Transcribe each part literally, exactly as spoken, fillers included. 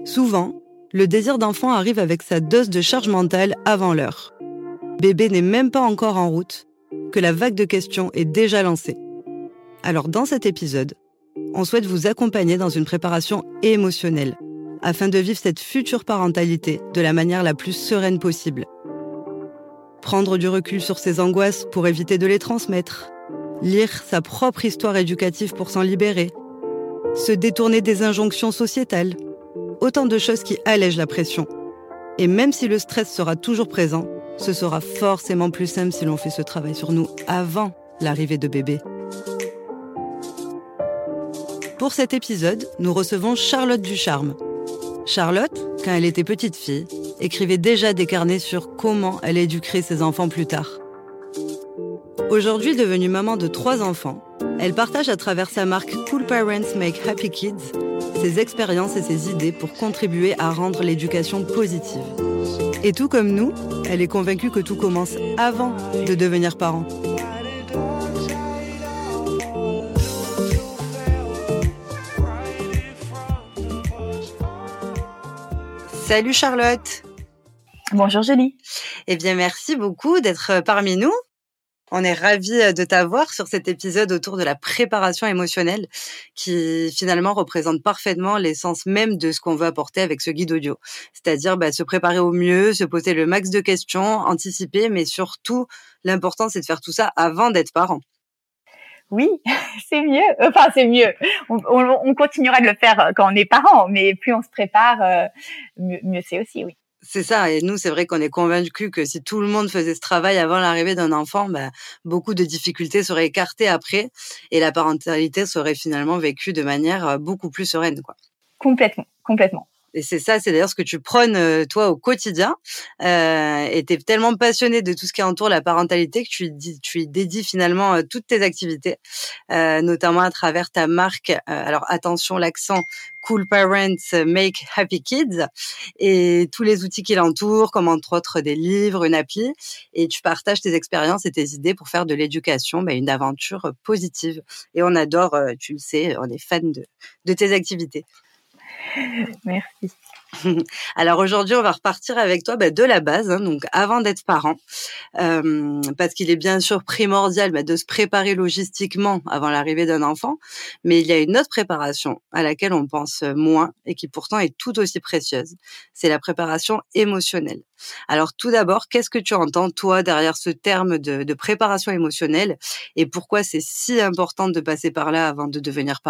Souvent, le désir d'enfant arrive avec sa dose de charge mentale avant l'heure. Bébé n'est même pas encore en route, que la vague de questions est déjà lancée. Alors dans cet épisode, on souhaite vous accompagner dans une préparation émotionnelle, afin de vivre cette future parentalité de la manière la plus sereine possible. Prendre du recul sur ses angoisses pour éviter de les transmettre, lire sa propre histoire éducative pour s'en libérer, se détourner des injonctions sociétales, autant de choses qui allègent la pression. Et même si le stress sera toujours présent, ce sera forcément plus simple si l'on fait ce travail sur nous avant l'arrivée de bébé. Pour cet épisode, nous recevons Charlotte Ducharme. Charlotte, quand elle était petite fille, écrivait déjà des carnets sur comment elle éduquerait ses enfants plus tard. Aujourd'hui devenue maman de trois enfants, elle partage à travers sa marque Cool Parents Make Happy Kids ses expériences et ses idées pour contribuer à rendre l'éducation positive. Et tout comme nous, elle est convaincue que tout commence avant de devenir parent. Salut Charlotte. Bonjour Julie. Eh bien merci beaucoup d'être parmi nous. On est ravis de t'avoir sur cet épisode autour de la préparation émotionnelle qui finalement représente parfaitement l'essence même de ce qu'on veut apporter avec ce guide audio. C'est-à-dire bah, se préparer au mieux, se poser le max de questions, anticiper, mais surtout l'important c'est de faire tout ça avant d'être parent. Oui, c'est mieux. Enfin, c'est mieux. On, on, on continuera de le faire quand on est parent, mais plus on se prépare, euh, mieux, mieux c'est aussi, oui. C'est ça, et nous, c'est vrai qu'on est convaincus que si tout le monde faisait ce travail avant l'arrivée d'un enfant, bah, beaucoup de difficultés seraient écartées après, et la parentalité serait finalement vécue de manière beaucoup plus sereine, quoi. Complètement, complètement. Et c'est ça, c'est d'ailleurs ce que tu prônes, euh, toi, au quotidien. Euh, et tu es tellement passionnée de tout ce qui entoure la parentalité que tu y, tu y dédies finalement euh, toutes tes activités, euh, notamment à travers ta marque. Euh, alors, attention, l'accent Cool Parents Make Happy Kids et tous les outils qui l'entourent, comme entre autres des livres, une appli. Et tu partages tes expériences et tes idées pour faire de l'éducation bah, une aventure positive. Et on adore, euh, tu le sais, on est fan de, de tes activités. Merci. Alors aujourd'hui, on va repartir avec toi bah, de la base, hein, donc avant d'être parent, euh, parce qu'il est bien sûr primordial bah, de se préparer logistiquement avant l'arrivée d'un enfant, mais il y a une autre préparation à laquelle on pense moins et qui pourtant est tout aussi précieuse, c'est la préparation émotionnelle. Alors tout d'abord, qu'est-ce que tu entends toi derrière ce terme de, de préparation émotionnelle et pourquoi c'est si important de passer par là avant de devenir parent ?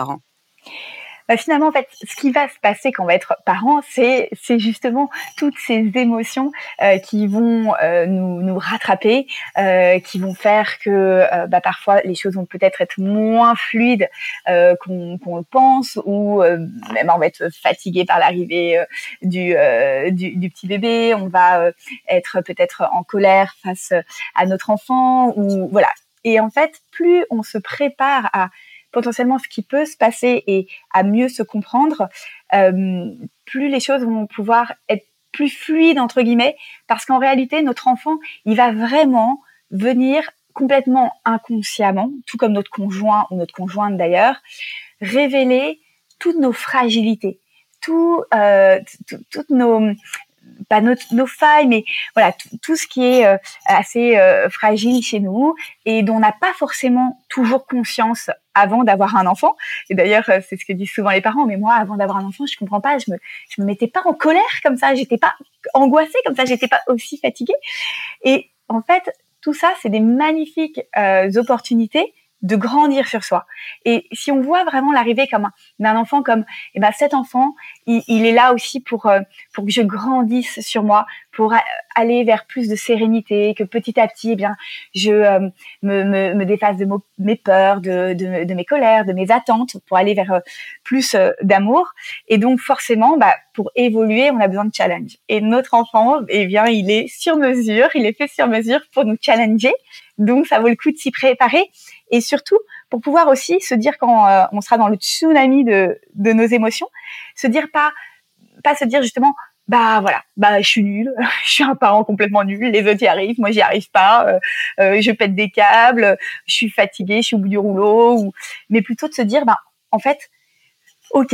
Bah finalement, en fait, ce qui va se passer quand on va être parent, c'est c'est justement toutes ces émotions euh, qui vont euh, nous nous rattraper, euh, qui vont faire que euh, bah parfois les choses vont peut-être être moins fluides euh, qu'on qu'on le pense, ou euh, même on va être fatigué par l'arrivée euh, du, euh, du du petit bébé, on va euh, être peut-être en colère face à notre enfant, ou voilà. Et en fait, plus on se prépare à potentiellement ce qui peut se passer et à mieux se comprendre, euh, plus les choses vont pouvoir être plus fluides, entre guillemets, parce qu'en réalité, notre enfant, il va vraiment venir complètement inconsciemment, tout comme notre conjoint ou notre conjointe d'ailleurs, révéler toutes nos fragilités, tout, euh, toutes nos... pas nos, nos failles, mais voilà, tout, tout ce qui est euh, assez euh, fragile chez nous et dont on n'a pas forcément toujours conscience avant d'avoir un enfant. Et d'ailleurs, euh, c'est ce que disent souvent les parents, mais moi, avant d'avoir un enfant, je comprends pas, je me, je me mettais pas en colère comme ça, j'étais pas angoissée comme ça, j'étais pas aussi fatiguée. Et en fait, tout ça, c'est des magnifiques euh, opportunités de grandir sur soi. Et si on voit vraiment l'arrivée comme un, d'un enfant comme, eh ben, cet enfant, il, il est là aussi pour, euh, pour que je grandisse sur moi, pour a, aller vers plus de sérénité, que petit à petit, eh bien, je euh, me, me, me défasse de mo- mes peurs, de, de, de mes colères, de mes attentes, pour aller vers euh, plus euh, d'amour. Et donc, forcément, bah, pour évoluer, on a besoin de challenge. Et notre enfant, eh bien, il est sur mesure, il est fait sur mesure pour nous challenger. Donc, ça vaut le coup de s'y préparer. Et surtout, pour pouvoir aussi se dire quand euh, on sera dans le tsunami de, de nos émotions, se dire pas, pas se dire justement, bah voilà, bah je suis nulle, je suis un parent complètement nul, les autres y arrivent, moi j'y arrive pas, euh, euh, je pète des câbles, je suis fatiguée, je suis au bout du rouleau, ou... mais plutôt de se dire, bah en fait, ok,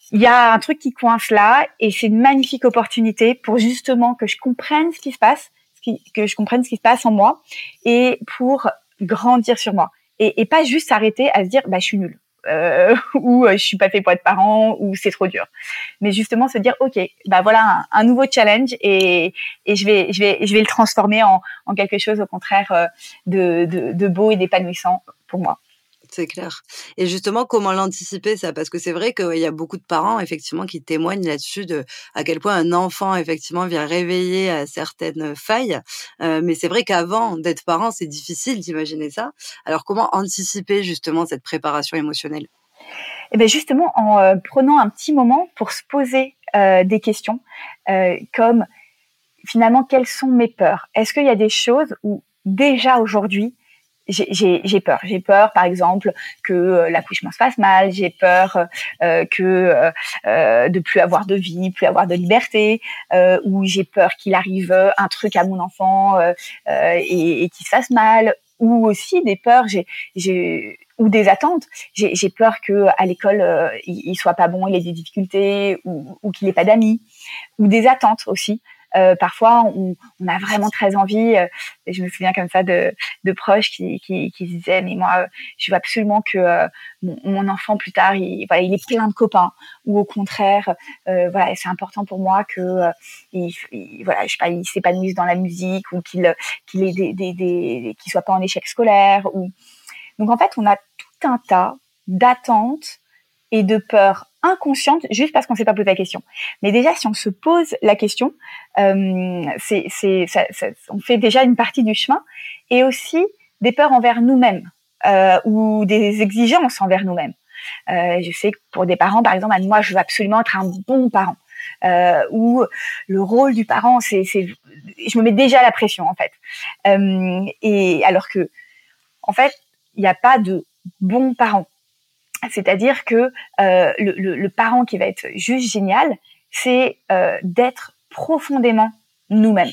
il y a un truc qui coince là et c'est une magnifique opportunité pour justement que je comprenne ce qui se passe, ce qui, que je comprenne ce qui se passe en moi et pour grandir sur moi et, et pas juste s'arrêter à se dire bah je suis nulle euh, ou euh, je suis pas fait pour être parent ou c'est trop dur, mais justement se dire ok bah voilà un, un nouveau challenge et, et je vais je vais je vais le transformer en, en quelque chose au contraire euh, de, de, de beau et d'épanouissant pour moi. C'est clair. Et justement, comment l'anticiper ça? Parce que c'est vrai qu'il y a beaucoup de parents effectivement qui témoignent là-dessus de à quel point un enfant effectivement vient réveiller à certaines failles. Heu, mais c'est vrai qu'avant d'être parent, c'est difficile d'imaginer ça. Alors comment anticiper justement cette préparation émotionnelle? Et bien justement en euh, prenant un petit moment pour se poser euh, des questions euh, comme finalement quelles sont mes peurs? Est-ce qu'il y a des choses où déjà aujourd'hui j'ai, j'ai, j'ai peur. J'ai peur, par exemple, que euh, l'accouchement se passe mal. J'ai peur euh, que euh, euh, de plus avoir de vie, plus avoir de liberté, euh, ou j'ai peur qu'il arrive un truc à mon enfant euh, euh, et, et qu'il se fasse mal. Ou aussi des peurs, j'ai, j'ai ou des attentes. J'ai, j'ai peur que à l'école euh, il, il soit pas bon, il ait des difficultés, ou, ou qu'il ait pas d'amis. Ou des attentes aussi. Euh, parfois, on, on a vraiment très envie. Euh, et je me souviens comme ça de, de proches qui, qui, qui disaient mais moi, je veux absolument que euh, mon, mon enfant plus tard, il, voilà, il ait plein de copains. Ou au contraire, euh, voilà, c'est important pour moi que euh, il, il, voilà, je sais pas, il s'épanouisse dans la musique ou qu'il qu'il ait des, des, des, qu'il soit pas en échec scolaire. Ou donc en fait, on a tout un tas d'attentes et de peurs inconscientes juste parce qu'on ne s'est pas posé la question. Mais déjà, si on se pose la question, euh, c'est, c'est, ça, ça, on fait déjà une partie du chemin. Et aussi des peurs envers nous-mêmes euh, ou des exigences envers nous-mêmes. Euh, je sais que pour des parents, par exemple, moi, je veux absolument être un bon parent. Euh, où le rôle du parent, c'est, c'est, je me mets déjà la pression en fait. Euh, et alors que, en fait, il n'y a pas de bons parents. C'est-à-dire que euh, le, le, le parent qui va être juste génial, c'est euh, d'être profondément nous-mêmes.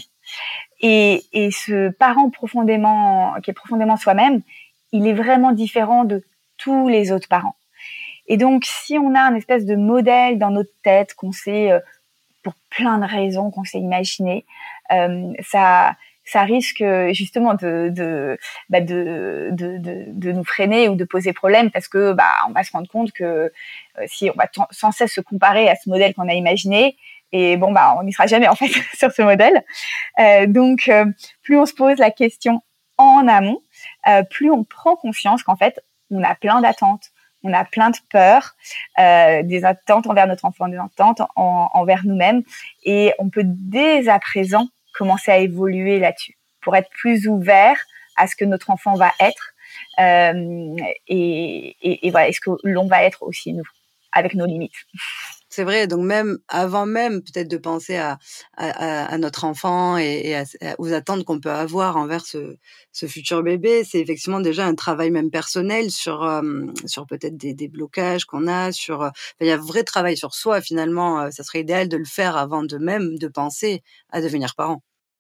Et, et ce parent profondément, qui est profondément soi-même, il est vraiment différent de tous les autres parents. Et donc, si on a un espèce de modèle dans notre tête qu'on sait, euh, pour plein de raisons qu'on s'est imaginé, euh, ça, ça risque justement de de, bah de de de de nous freiner ou de poser problème parce que bah on va se rendre compte que euh, si on va t- sans cesse se comparer à ce modèle qu'on a imaginé et bon bah on n'y sera jamais en fait sur ce modèle. Euh, donc euh, plus on se pose la question en amont, euh, plus on prend conscience qu'en fait on a plein d'attentes. On a plein de peurs, euh, des attentes envers notre enfant, des attentes en, envers nous-mêmes. Et on peut dès à présent commencer à évoluer là-dessus pour être plus ouvert à ce que notre enfant va être euh, et, et, et voilà, et ce que l'on va être aussi nous, avec nos limites. C'est vrai, donc même avant même peut-être de penser à à à notre enfant et et à aux attentes qu'on peut avoir envers ce ce futur bébé, c'est effectivement déjà un travail même personnel sur, hem, sur peut-être des des blocages qu'on a, sur, heu, il y a un vrai travail sur soi finalement, heu, ça serait idéal de le faire avant de même de penser à devenir parent.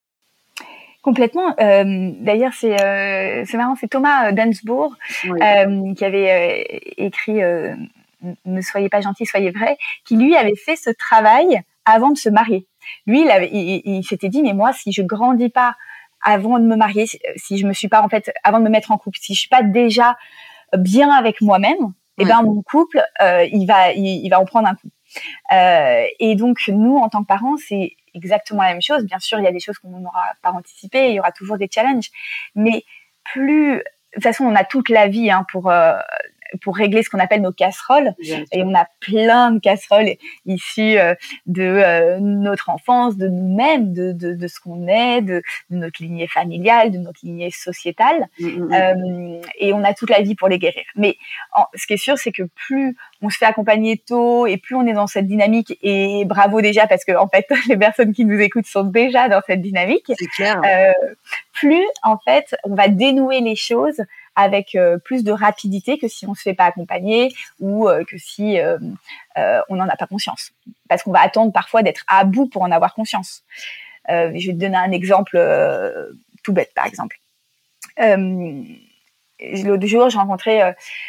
Complètement. Euh, d'ailleurs, c'est euh, c'est marrant, c'est Thomas Densbourg Oui. euh, qui avait euh, écrit euh, Ne soyez pas gentil, soyez vrai, qui lui avait fait ce travail avant de se marier. Lui, il, avait, il, il s'était dit, mais moi, si je grandis pas avant de me marier, si, si je me suis pas en fait avant de me mettre en couple, si je suis pas déjà bien avec moi-même, eh Ouais. ben mon couple, euh, il va, il, il va en prendre un coup. Euh, et donc nous, en tant que parents, c'est exactement la même chose. Bien sûr, il y a des choses qu'on n'aura pas anticipées, il y aura toujours des challenges, mais plus, de toute façon, on a toute la vie hein, pour euh, pour régler ce qu'on appelle nos casseroles. Bien Et sûr. on a plein de casseroles issues euh, de euh, notre enfance, de nous-mêmes, de, de, de ce qu'on est, de, de notre lignée familiale, de notre lignée sociétale. Mmh, mmh mh. Euh, et on a toute la vie pour les guérir. Mais en, ce qui est sûr, c'est que plus on se fait accompagner tôt et plus on est dans cette dynamique, et bravo déjà parce que en fait, les personnes qui nous écoutent sont déjà dans cette dynamique, C'est clair. euh, plus en fait, on va dénouer les choses avec euh, plus de rapidité que si on se fait pas accompagner ou euh, que si euh, euh, on n'en a pas conscience. Parce qu'on va attendre parfois d'être à bout pour en avoir conscience. Euh, je vais te donner un exemple euh, tout bête, par exemple. Euh, L'autre jour, j'ai rencontré euh,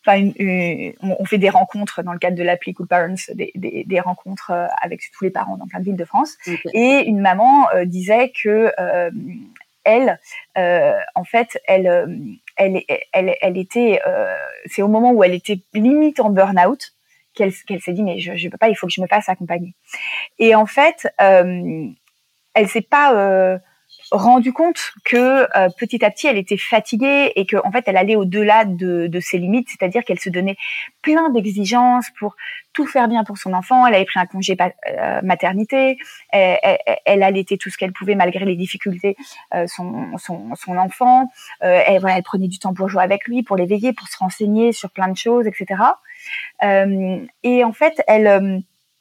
enfin, une, une, on, on fait des rencontres dans le cadre de l'appli Cool Parents, des, des, des rencontres avec tous les parents dans plein de villes de France. Okay. Et une maman euh, disait que euh, elle, euh, en fait, elle, elle, elle, elle, elle était, euh, c'est au moment où elle était limite en burn-out qu'elle, qu'elle s'est dit mais je, je peux pas, il faut que je me fasse accompagner. Et en fait, euh, elle s'est pas euh, rendu compte que euh, petit à petit elle était fatiguée et que en fait elle allait au-delà de, de ses limites, c'est-à-dire qu'elle se donnait plein d'exigences pour tout faire bien pour son enfant. Elle avait pris un congé pa- euh, maternité, elle, elle, elle allaitait tout ce qu'elle pouvait malgré les difficultés euh, son, son, son enfant. Euh, elle, voilà, elle prenait du temps pour jouer avec lui, pour l'éveiller, pour se renseigner sur plein de choses, et cetera. Euh, et en fait, elle, euh,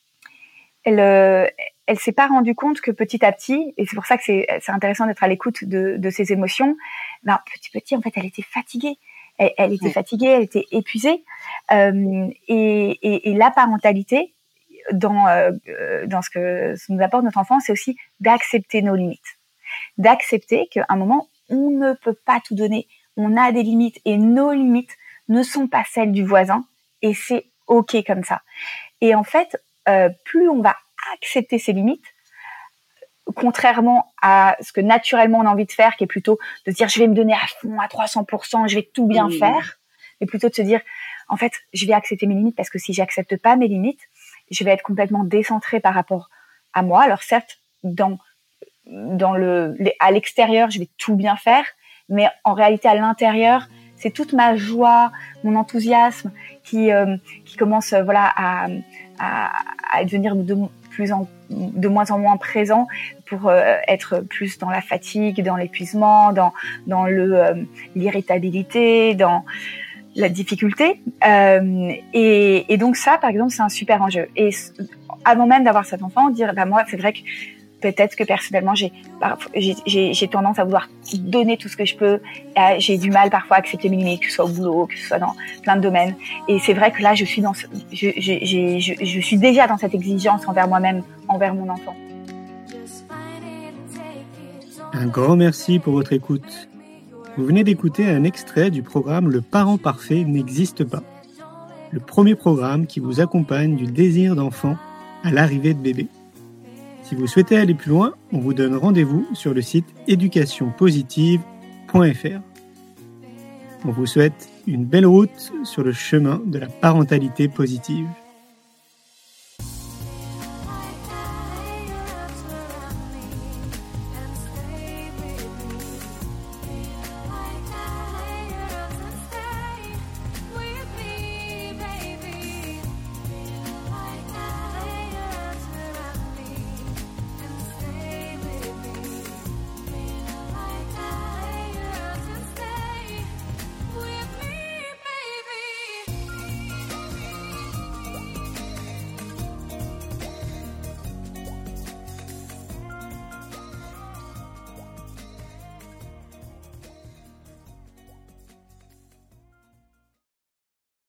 elle, euh, elle s'est pas rendue compte que petit à petit, et c'est pour ça que c'est, c'est intéressant d'être à l'écoute de, de ses émotions. Ben, petit petit, en fait, elle était fatiguée. Elle, elle était fatiguée, elle était épuisée. Euh, et, et, et la parentalité, dans euh, dans ce que ça nous apporte notre enfant, c'est aussi d'accepter nos limites, d'accepter qu'à un moment, on ne peut pas tout donner. On a des limites et nos limites ne sont pas celles du voisin. Et c'est OK comme ça. Et en fait, euh, plus on va accepter ses limites, contrairement à ce que naturellement on a envie de faire, qui est plutôt de se dire je vais me donner à fond, à trois cents pour cent, je vais tout bien mmh. faire, mais plutôt de se dire en fait, je vais accepter mes limites parce que si j'accepte pas mes limites, je vais être complètement décentrée par rapport à moi. Alors certes, dans, dans le, à l'extérieur, je vais tout bien faire, mais en réalité, à l'intérieur, c'est toute ma joie, mon enthousiasme qui euh, qui commence euh, voilà à, à à devenir de plus en de moins en moins présent pour euh, être plus dans la fatigue, dans l'épuisement, dans dans le euh, l'irritabilité, dans la difficulté. Euh, et, et donc ça, par exemple, c'est un super enjeu. Et avant même d'avoir cet enfant, dire bah moi, c'est vrai que peut-être que personnellement, j'ai, j'ai, j'ai, j'ai tendance à vouloir donner tout ce que je peux. J'ai du mal parfois à accepter mes limites, que ce soit au boulot, que ce soit dans plein de domaines. Et c'est vrai que là, je suis dans, ce, je, je, je, je, je suis déjà dans cette exigence envers moi-même, envers mon enfant. Un grand merci pour votre écoute. Vous venez d'écouter un extrait du programme Le Parent Parfait n'existe pas. Le premier programme qui vous accompagne du désir d'enfant à l'arrivée de bébé. Si vous souhaitez aller plus loin, on vous donne rendez-vous sur le site éducation positive point f r. On vous souhaite une belle route sur le chemin de la parentalité positive.